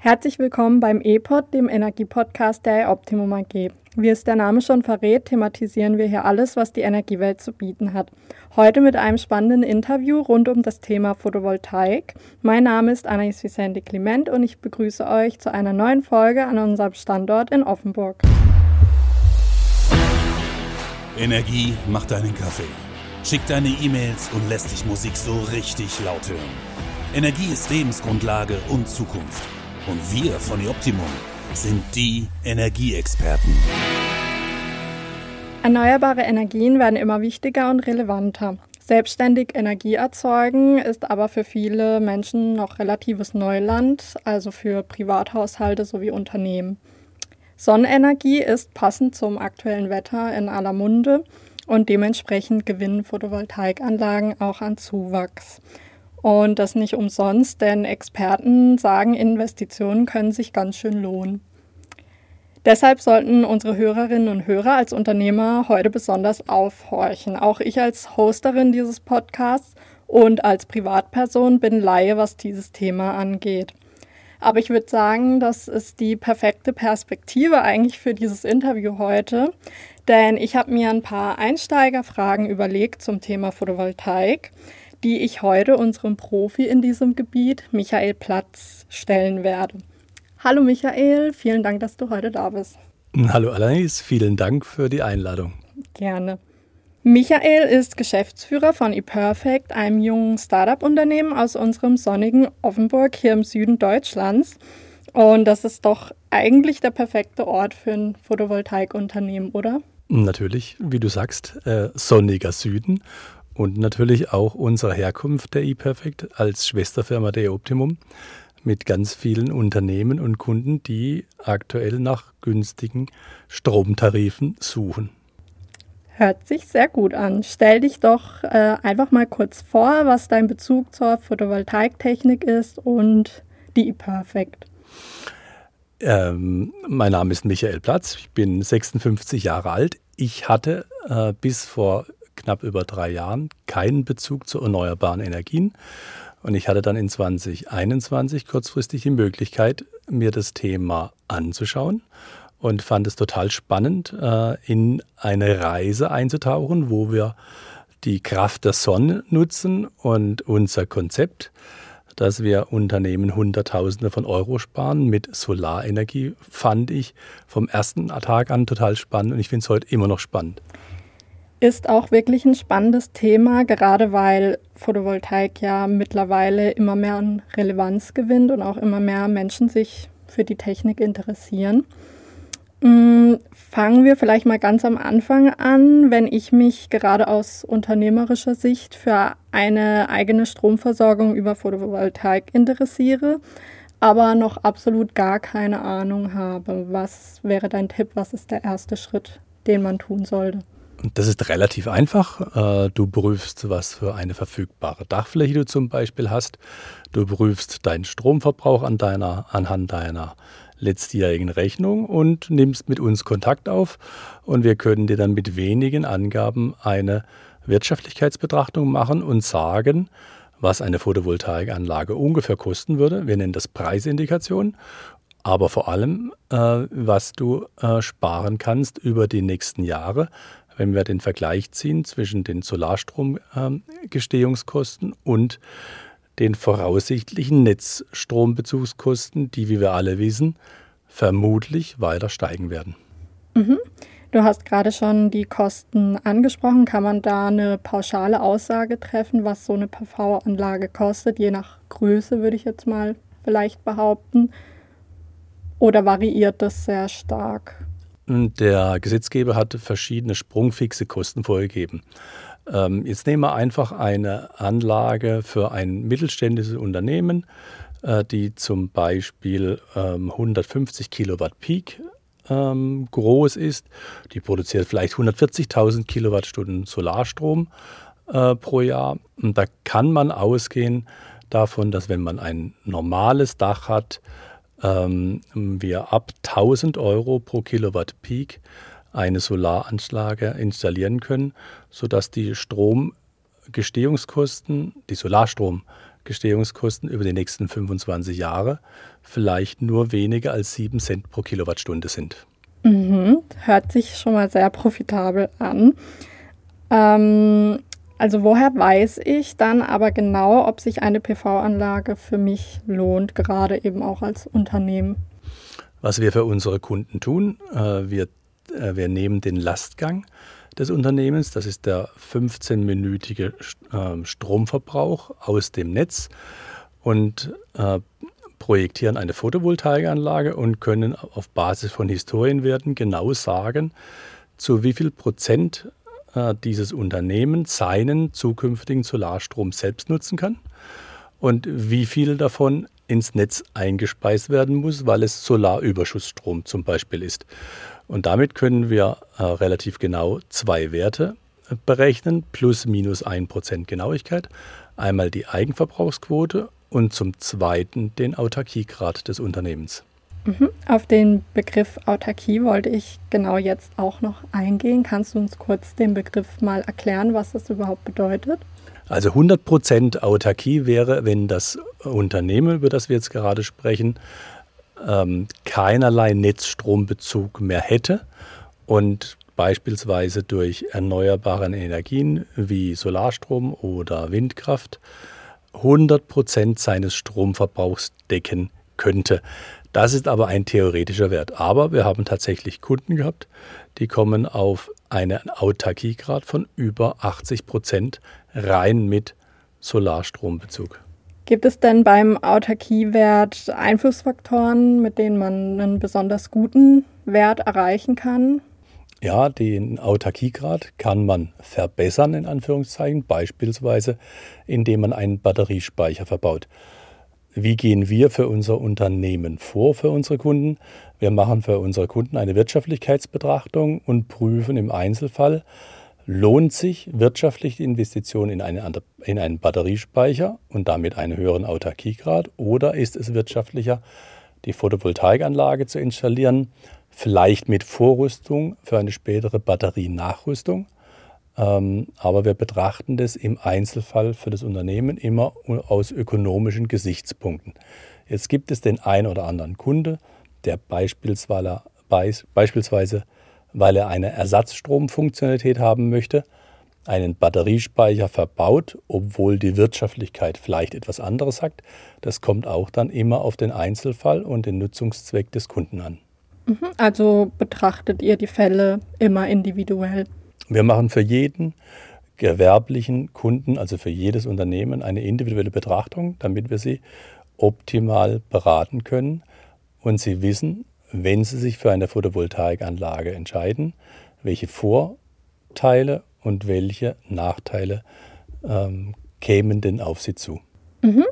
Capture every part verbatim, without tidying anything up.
Herzlich willkommen beim E-Pod, dem Energiepodcast der Optimum A G. Wie es der Name schon verrät, thematisieren wir hier alles, was die Energiewelt zu bieten hat. Heute mit einem spannenden Interview rund um das Thema Photovoltaik. Mein Name ist Anaïs Vicente Clement und ich begrüße euch zu einer neuen Folge an unserem Standort in Offenburg. Energie macht deinen Kaffee, schickt deine E-Mails und lässt dich Musik so richtig laut hören. Energie ist Lebensgrundlage und Zukunft. Und wir von der Optimum sind die Energieexperten. Erneuerbare Energien werden immer wichtiger und relevanter. Selbstständig Energie erzeugen ist aber für viele Menschen noch relatives Neuland, also für Privathaushalte sowie Unternehmen. Sonnenenergie ist passend zum aktuellen Wetter in aller Munde und dementsprechend gewinnen Photovoltaikanlagen auch an Zuwachs. Und das nicht umsonst, denn Experten sagen, Investitionen können sich ganz schön lohnen. Deshalb sollten unsere Hörerinnen und Hörer als Unternehmer heute besonders aufhorchen. Auch ich als Hosterin dieses Podcasts und als Privatperson bin Laie, was dieses Thema angeht. Aber ich würde sagen, das ist die perfekte Perspektive eigentlich für dieses Interview heute, denn ich habe mir ein paar Einsteigerfragen überlegt zum Thema Photovoltaik, die ich heute unserem Profi in diesem Gebiet, Michael Platz, stellen werde. Hallo Michael, vielen Dank, dass du heute da bist. Hallo Anaïs, vielen Dank für die Einladung. Gerne. Michael ist Geschäftsführer von ePerfect, einem jungen Startup-Unternehmen aus unserem sonnigen Offenburg hier im Süden Deutschlands. Und das ist doch eigentlich der perfekte Ort für ein Photovoltaikunternehmen, oder? Natürlich, wie du sagst, äh, sonniger Süden. Und natürlich auch unsere Herkunft der ePerfect als Schwesterfirma der Optimum mit ganz vielen Unternehmen und Kunden, die aktuell nach günstigen Stromtarifen suchen. Hört sich sehr gut an. Stell dich doch äh, einfach mal kurz vor, was dein Bezug zur Photovoltaiktechnik ist und die ePerfect. Ähm, mein Name ist Michael Platz, ich bin sechsundfünfzig Jahre alt. Ich hatte äh, bis vor knapp über drei Jahren keinen Bezug zu erneuerbaren Energien. Und ich hatte dann in zwanzig einundzwanzig kurzfristig die Möglichkeit, mir das Thema anzuschauen und fand es total spannend, in eine Reise einzutauchen, wo wir die Kraft der Sonne nutzen und unser Konzept, dass wir Unternehmen Hunderttausende von Euro sparen mit Solarenergie, fand ich vom ersten Tag an total spannend und ich finde es heute immer noch spannend. Ist auch wirklich ein spannendes Thema, gerade weil Photovoltaik ja mittlerweile immer mehr an Relevanz gewinnt und auch immer mehr Menschen sich für die Technik interessieren. Fangen wir vielleicht mal ganz am Anfang an, wenn ich mich gerade aus unternehmerischer Sicht für eine eigene Stromversorgung über Photovoltaik interessiere, aber noch absolut gar keine Ahnung habe. Was wäre dein Tipp? Was ist der erste Schritt, den man tun sollte? Das ist relativ einfach. Du prüfst, was für eine verfügbare Dachfläche du zum Beispiel hast. Du prüfst deinen Stromverbrauch an deiner, anhand deiner letztjährigen Rechnung und nimmst mit uns Kontakt auf. Und wir können dir dann mit wenigen Angaben eine Wirtschaftlichkeitsbetrachtung machen und sagen, was eine Photovoltaikanlage ungefähr kosten würde. Wir nennen das Preisindikation. Aber vor allem, äh, was du äh, sparen kannst über die nächsten Jahre, wenn wir den Vergleich ziehen zwischen den Solarstromgestehungskosten äh, und den voraussichtlichen Netzstrombezugskosten, die, wie wir alle wissen, vermutlich weiter steigen werden. Mhm. Du hast gerade schon die Kosten angesprochen. Kann man da eine pauschale Aussage treffen, was so eine P V-Anlage kostet, je nach Größe, würde ich jetzt mal vielleicht behaupten? Oder variiert das sehr stark? Der Gesetzgeber hat verschiedene sprungfixe Kosten vorgegeben. Ähm, jetzt nehmen wir einfach eine Anlage für ein mittelständisches Unternehmen, äh, die zum Beispiel ähm, hundertfünfzig Kilowatt Peak ähm, groß ist. Die produziert vielleicht hundertvierzigtausend Kilowattstunden Solarstrom äh, pro Jahr. Und da kann man ausgehen davon, dass wenn man ein normales Dach hat, ähm, wir ab tausend Euro pro Kilowatt Peak eine Solaranlage installieren können, sodass die Stromgestehungskosten, die Solarstrom Gestehungskosten über die nächsten fünfundzwanzig Jahre vielleicht nur weniger als sieben Cent pro Kilowattstunde sind. Mhm, hört sich schon mal sehr profitabel an. Ähm, also woher weiß ich dann aber genau, ob sich eine P V-Anlage für mich lohnt, gerade eben auch als Unternehmen? Was wir für unsere Kunden tun, äh, wir, äh, wir nehmen den Lastgang des Unternehmens, das ist der fünfzehnminütige äh, Stromverbrauch aus dem Netz, und äh, projektieren eine Photovoltaikanlage und können auf Basis von Historienwerten genau sagen, zu wie viel Prozent äh, dieses Unternehmen seinen zukünftigen Solarstrom selbst nutzen kann und wie viel davon ins Netz eingespeist werden muss, weil es Solarüberschussstrom zum Beispiel ist. Und damit können wir äh, relativ genau zwei Werte äh, berechnen, plus minus ein Prozent Genauigkeit. Einmal die Eigenverbrauchsquote und zum Zweiten den Autarkiegrad des Unternehmens. Mhm. Auf den Begriff Autarkie wollte ich genau jetzt auch noch eingehen. Kannst du uns kurz den Begriff mal erklären, was das überhaupt bedeutet? Also hundert Prozent Autarkie wäre, wenn das Unternehmen, über das wir jetzt gerade sprechen, ähm, keinerlei Netzstrombezug mehr hätte und beispielsweise durch erneuerbare Energien wie Solarstrom oder Windkraft hundert Prozent seines Stromverbrauchs decken könnte. Das ist aber ein theoretischer Wert. Aber wir haben tatsächlich Kunden gehabt, die kommen auf einen Autarkiegrad von über achtzig Prozent rein mit Solarstrombezug. Gibt es denn beim Autarkiewert Einflussfaktoren, mit denen man einen besonders guten Wert erreichen kann? Ja, den Autarkiegrad kann man verbessern, in Anführungszeichen, beispielsweise indem man einen Batteriespeicher verbaut. Wie gehen wir für unser Unternehmen vor, für unsere Kunden? Wir machen für unsere Kunden eine Wirtschaftlichkeitsbetrachtung und prüfen im Einzelfall, lohnt sich wirtschaftlich die Investition in, eine, in einen Batteriespeicher und damit einen höheren Autarkiegrad, oder ist es wirtschaftlicher, die Photovoltaikanlage zu installieren, vielleicht mit Vorrüstung für eine spätere Batterienachrüstung. Ähm, aber wir betrachten das im Einzelfall für das Unternehmen immer aus ökonomischen Gesichtspunkten. Jetzt gibt es den einen oder anderen Kunde, der beispielsweise, beispielsweise weil er eine Ersatzstromfunktionalität haben möchte, einen Batteriespeicher verbaut, obwohl die Wirtschaftlichkeit vielleicht etwas anderes sagt. Das kommt auch dann immer auf den Einzelfall und den Nutzungszweck des Kunden an. Also betrachtet ihr die Fälle immer individuell? Wir machen für jeden gewerblichen Kunden, also für jedes Unternehmen, eine individuelle Betrachtung, damit wir sie optimal beraten können und sie wissen, wenn sie sich für eine Photovoltaikanlage entscheiden, welche Vorteile und welche Nachteile ähm, kämen denn auf sie zu. Mhm.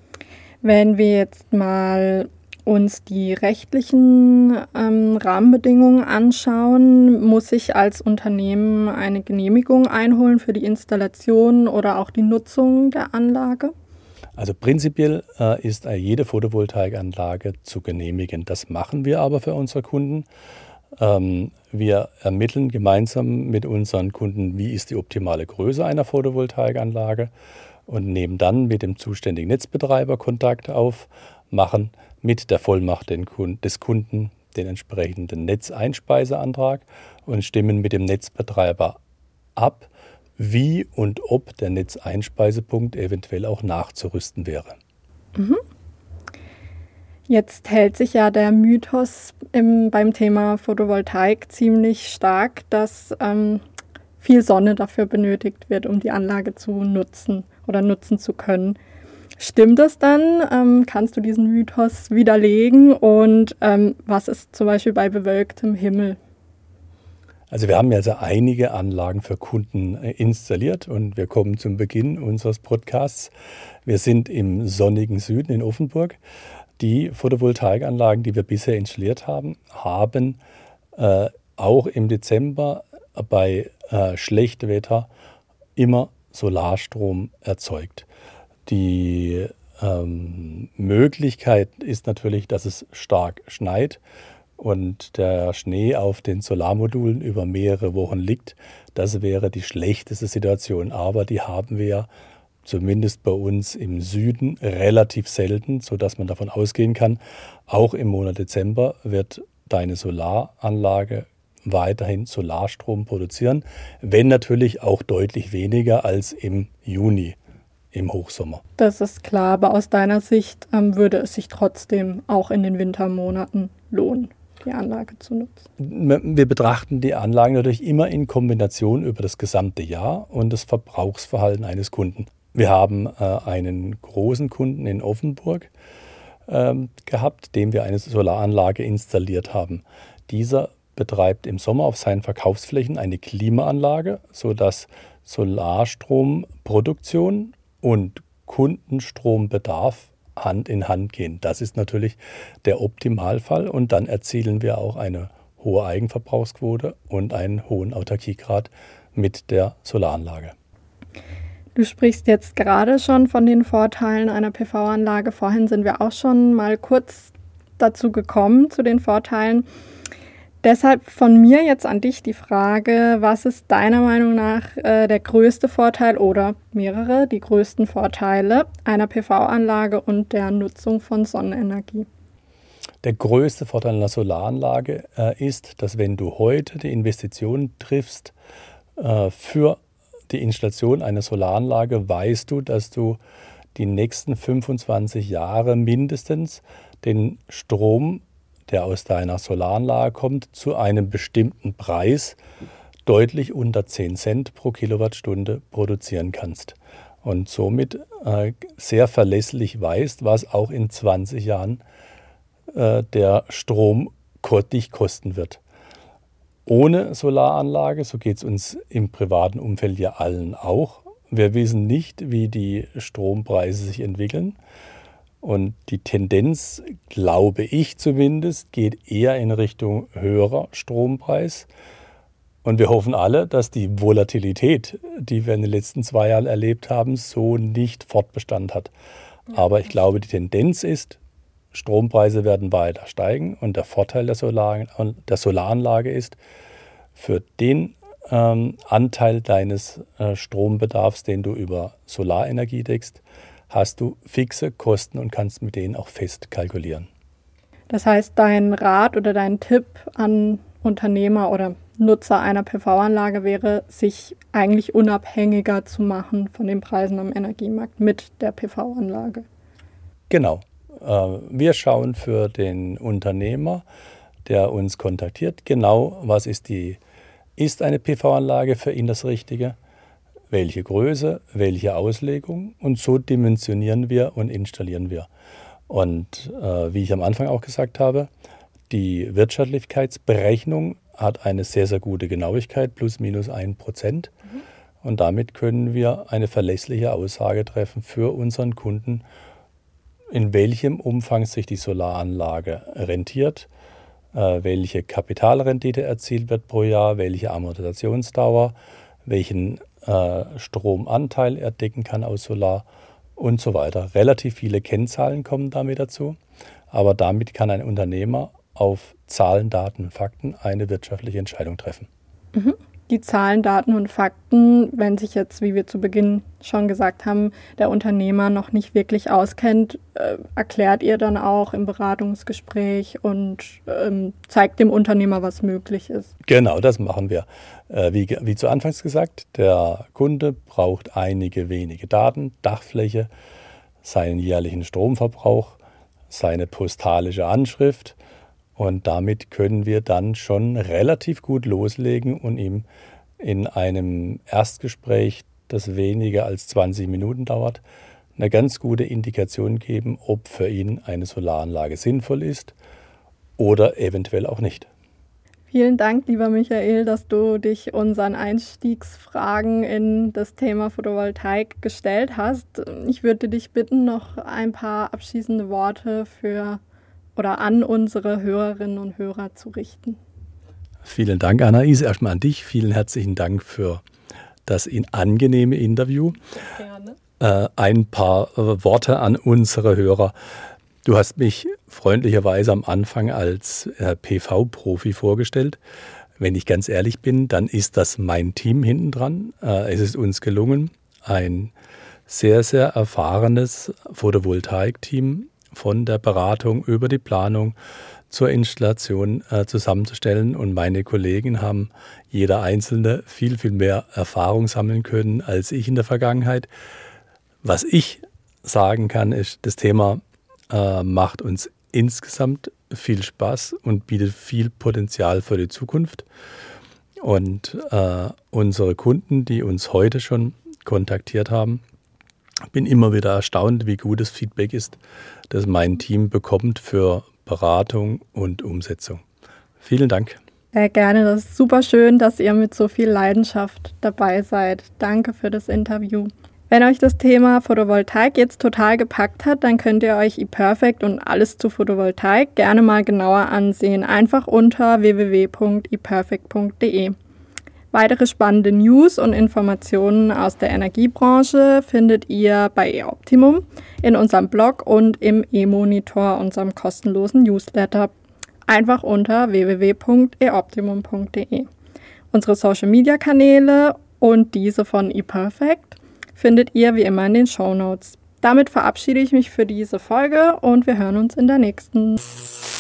Wenn wir jetzt mal uns die rechtlichen ähm, Rahmenbedingungen anschauen, muss ich als Unternehmen eine Genehmigung einholen für die Installation oder auch die Nutzung der Anlage? Also prinzipiell äh, ist jede Photovoltaikanlage zu genehmigen. Das machen wir aber für unsere Kunden. Ähm, wir ermitteln gemeinsam mit unseren Kunden, wie ist die optimale Größe einer Photovoltaikanlage, und nehmen dann mit dem zuständigen Netzbetreiber Kontakt auf, machen mit der Vollmacht des Kunden den entsprechenden Netzeinspeiseantrag und stimmen mit dem Netzbetreiber ab, wie und ob der Netzeinspeisepunkt eventuell auch nachzurüsten wäre. Mhm. Jetzt hält sich ja der Mythos im, beim Thema Photovoltaik ziemlich stark, dass ähm, viel Sonne dafür benötigt wird, um die Anlage zu nutzen oder nutzen zu können. Stimmt das dann? Ähm, kannst du diesen Mythos widerlegen? Und ähm, was ist zum Beispiel bei bewölktem Himmel? Also wir haben ja also einige Anlagen für Kunden installiert und wir kommen zum Beginn unseres Podcasts. Wir sind im sonnigen Süden in Offenburg. Die Photovoltaikanlagen, die wir bisher installiert haben, haben äh, auch im Dezember bei äh, schlechtem Wetter immer Solarstrom erzeugt. Die ähm, Möglichkeit ist natürlich, dass es stark schneit und der Schnee auf den Solarmodulen über mehrere Wochen liegt. Das wäre die schlechteste Situation, aber die haben wir zumindest bei uns im Süden relativ selten, sodass man davon ausgehen kann, auch im Monat Dezember wird deine Solaranlage weiterhin Solarstrom produzieren, wenn natürlich auch deutlich weniger als im Juni, im Hochsommer. Das ist klar, aber aus deiner Sicht ähm, würde es sich trotzdem auch in den Wintermonaten lohnen, die Anlage zu nutzen? Wir betrachten die Anlagen natürlich immer in Kombination über das gesamte Jahr und das Verbrauchsverhalten eines Kunden. Wir haben äh, einen großen Kunden in Offenburg äh, gehabt, dem wir eine Solaranlage installiert haben. Dieser betreibt im Sommer auf seinen Verkaufsflächen eine Klimaanlage, sodass Solarstromproduktion und Kundenstrombedarf Hand in Hand gehen. Das ist natürlich der Optimalfall und dann erzielen wir auch eine hohe Eigenverbrauchsquote und einen hohen Autarkiegrad mit der Solaranlage. Du sprichst jetzt gerade schon von den Vorteilen einer P V-Anlage. Vorhin sind wir auch schon mal kurz dazu gekommen, zu den Vorteilen. Deshalb von mir jetzt an dich die Frage, was ist deiner Meinung nach äh, der größte Vorteil oder mehrere, die größten Vorteile einer P V-Anlage und der Nutzung von Sonnenenergie? Der größte Vorteil einer Solaranlage äh, ist, dass wenn du heute die Investition triffst äh, für die Installation einer Solaranlage, weißt du, dass du die nächsten fünfundzwanzig Jahre mindestens den Strom, der aus deiner Solaranlage kommt, zu einem bestimmten Preis deutlich unter zehn Cent pro Kilowattstunde produzieren kannst. Und somit äh, sehr verlässlich weißt, was auch in zwanzig Jahren äh, der Strom dich kosten wird. Ohne Solaranlage, so geht es uns im privaten Umfeld ja allen auch. Wir wissen nicht, wie die Strompreise sich entwickeln. Und die Tendenz, glaube ich zumindest, geht eher in Richtung höherer Strompreis. Und wir hoffen alle, dass die Volatilität, die wir in den letzten zwei Jahren erlebt haben, so nicht Fortbestand hat. Aber ich glaube, die Tendenz ist, Strompreise werden weiter steigen. Und der Vorteil der, Solar, der Solaranlage ist, für den ähm, Anteil deines äh, Strombedarfs, den du über Solarenergie deckst, hast du fixe Kosten und kannst mit denen auch fest kalkulieren. Das heißt, dein Rat oder dein Tipp an Unternehmer oder Nutzer einer P V-Anlage wäre, sich eigentlich unabhängiger zu machen von den Preisen am Energiemarkt mit der P V-Anlage. Genau. Wir schauen für den Unternehmer, der uns kontaktiert, genau, was ist die, ist eine P V-Anlage für ihn das Richtige? Welche Größe, welche Auslegung, und so dimensionieren wir und installieren wir. Und äh, wie ich am Anfang auch gesagt habe, die Wirtschaftlichkeitsberechnung hat eine sehr, sehr gute Genauigkeit, plus minus ein Prozent. Mhm. Und damit können wir eine verlässliche Aussage treffen für unseren Kunden, in welchem Umfang sich die Solaranlage rentiert, äh, welche Kapitalrendite erzielt wird pro Jahr, welche Amortisationsdauer, welchen äh, Stromanteil er decken kann aus Solar und so weiter. Relativ viele Kennzahlen kommen damit dazu, aber damit kann ein Unternehmer auf Zahlen, Daten, Fakten eine wirtschaftliche Entscheidung treffen. Mhm. Die Zahlen, Daten und Fakten, wenn sich jetzt, wie wir zu Beginn schon gesagt haben, der Unternehmer noch nicht wirklich auskennt, äh, erklärt ihr dann auch im Beratungsgespräch und ähm, zeigt dem Unternehmer, was möglich ist. Genau, das machen wir. Äh, wie, wie zu Anfangs gesagt, der Kunde braucht einige wenige Daten, Dachfläche, seinen jährlichen Stromverbrauch, seine postalische Anschrift. Und damit können wir dann schon relativ gut loslegen und ihm in einem Erstgespräch, das weniger als zwanzig Minuten dauert, eine ganz gute Indikation geben, ob für ihn eine Solaranlage sinnvoll ist oder eventuell auch nicht. Vielen Dank, lieber Michael, dass du dich unseren Einstiegsfragen in das Thema Photovoltaik gestellt hast. Ich würde dich bitten, noch ein paar abschließende Worte für oder an unsere Hörerinnen und Hörer zu richten. Vielen Dank, Anais. Erstmal an dich. Vielen herzlichen Dank für das angenehme Interview. Gerne. Äh, ein paar äh, Worte an unsere Hörer. Du hast mich freundlicherweise am Anfang als äh, P V-Profi vorgestellt. Wenn ich ganz ehrlich bin, dann ist das mein Team hinten dran. Äh, es ist uns gelungen, ein sehr, sehr erfahrenes Photovoltaik-Team von der Beratung über die Planung zur Installation äh, zusammenzustellen. Und meine Kollegen haben jeder Einzelne viel, viel mehr Erfahrung sammeln können als ich in der Vergangenheit. Was ich sagen kann, ist, das Thema äh, macht uns insgesamt viel Spaß und bietet viel Potenzial für die Zukunft. Und äh, unsere Kunden, die uns heute schon kontaktiert haben, bin immer wieder erstaunt, wie gut das Feedback ist, das mein Team bekommt für Beratung und Umsetzung. Vielen Dank. Sehr gerne, das ist super schön, dass ihr mit so viel Leidenschaft dabei seid. Danke für das Interview. Wenn euch das Thema Photovoltaik jetzt total gepackt hat, dann könnt ihr euch ePerfect und alles zu Photovoltaik gerne mal genauer ansehen. Einfach unter w w w punkt e perfect punkt d e. Weitere spannende News und Informationen aus der Energiebranche findet ihr bei eOptimum, in unserem Blog und im eMonitor, unserem kostenlosen Newsletter. Einfach unter w w w punkt e optimum punkt d e. Unsere Social-Media-Kanäle und diese von ePerfect findet ihr wie immer in den Shownotes. Damit verabschiede ich mich für diese Folge und wir hören uns in der nächsten.